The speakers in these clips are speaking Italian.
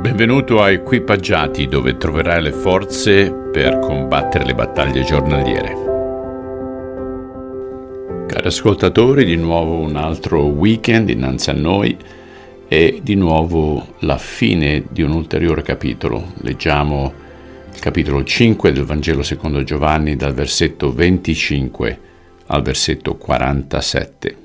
Benvenuto a Equipaggiati, dove troverai le forze per combattere le battaglie giornaliere. Cari ascoltatori, di nuovo un altro weekend innanzi a noi e di nuovo la fine di un ulteriore capitolo. Leggiamo il capitolo 5 del Vangelo secondo Giovanni dal versetto 25 al versetto 47.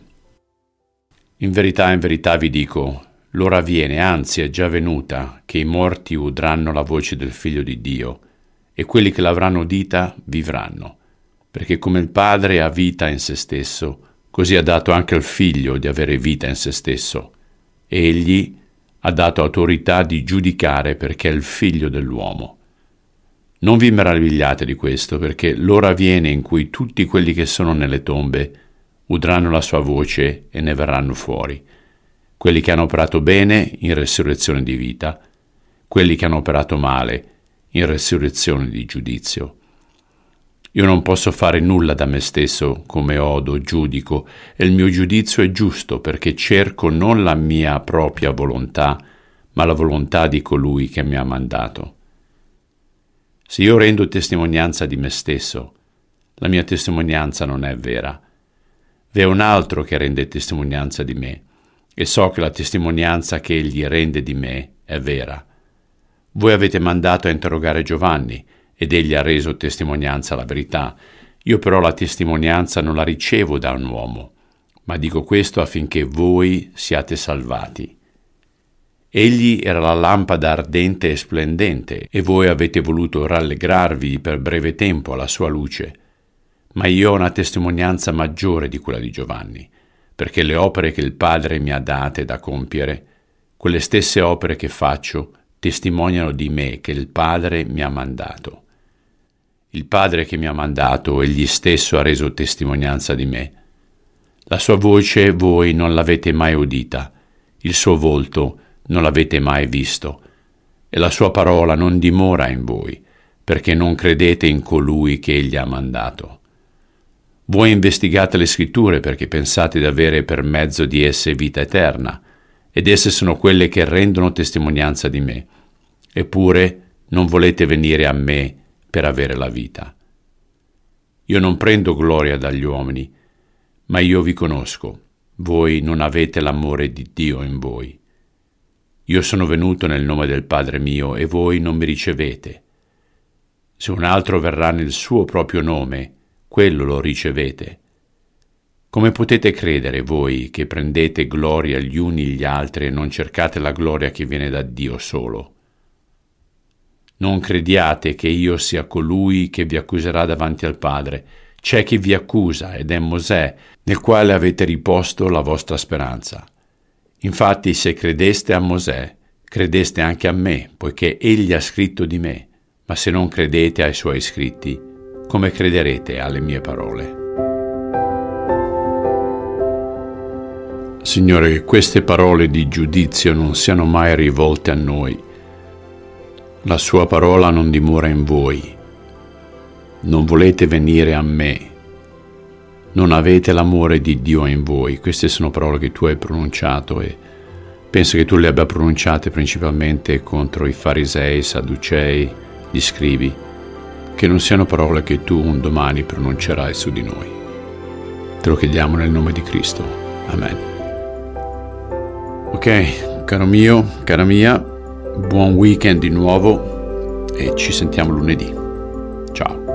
In verità vi dico, l'ora viene, anzi è già venuta, che i morti udranno la voce del Figlio di Dio, e quelli che l'avranno udita vivranno, perché come il Padre ha vita in se stesso, così ha dato anche al Figlio di avere vita in se stesso. E egli ha dato autorità di giudicare perché è il Figlio dell'uomo. Non vi meravigliate di questo, perché l'ora viene in cui tutti quelli che sono nelle tombe udranno la sua voce e ne verranno fuori. Quelli che hanno operato bene in resurrezione di vita, quelli che hanno operato male in resurrezione di giudizio. Io non posso fare nulla da me stesso, come odo, giudico, e il mio giudizio è giusto, perché cerco non la mia propria volontà, ma la volontà di colui che mi ha mandato. Se io rendo testimonianza di me stesso, la mia testimonianza non è vera. V'è un altro che rende testimonianza di me, e so che la testimonianza che egli rende di me è vera. Voi avete mandato a interrogare Giovanni, ed egli ha reso testimonianza alla verità. Io però la testimonianza non la ricevo da un uomo, ma dico questo affinché voi siate salvati. Egli era la lampada ardente e splendente, e voi avete voluto rallegrarvi per breve tempo alla sua luce. Ma io ho una testimonianza maggiore di quella di Giovanni, perché le opere che il Padre mi ha date da compiere, quelle stesse opere che faccio, testimoniano di me che il Padre mi ha mandato. Il Padre che mi ha mandato, egli stesso ha reso testimonianza di me. La sua voce voi non l'avete mai udita, il suo volto non l'avete mai visto, e la sua parola non dimora in voi, perché non credete in colui che egli ha mandato. Voi investigate le scritture perché pensate di avere per mezzo di esse vita eterna, ed esse sono quelle che rendono testimonianza di me. Eppure non volete venire a me per avere la vita. Io non prendo gloria dagli uomini, ma io vi conosco. Voi non avete l'amore di Dio in voi. Io sono venuto nel nome del Padre mio e voi non mi ricevete. Se un altro verrà nel suo proprio nome, quello lo ricevete. Come potete credere voi che prendete gloria gli uni gli altri e non cercate la gloria che viene da Dio solo? Non crediate che io sia colui che vi accuserà davanti al Padre. C'è chi vi accusa ed è Mosè, nel quale avete riposto la vostra speranza. Infatti, se credeste a Mosè, credeste anche a me, poiché egli ha scritto di me. Ma se non credete ai suoi scritti, come crederete alle mie parole? Signore, che queste parole di giudizio non siano mai rivolte a noi. La sua parola non dimora in voi. Non volete venire a me. Non avete l'amore di Dio in voi. Queste sono parole che tu hai pronunciato e penso che tu le abbia pronunciate principalmente contro i farisei, i sadducei, gli scribi, che non siano parole che tu un domani pronuncerai su di noi. Te lo chiediamo nel nome di Cristo. Amen. Ok, caro mio, cara mia, buon weekend di nuovo e ci sentiamo lunedì. Ciao.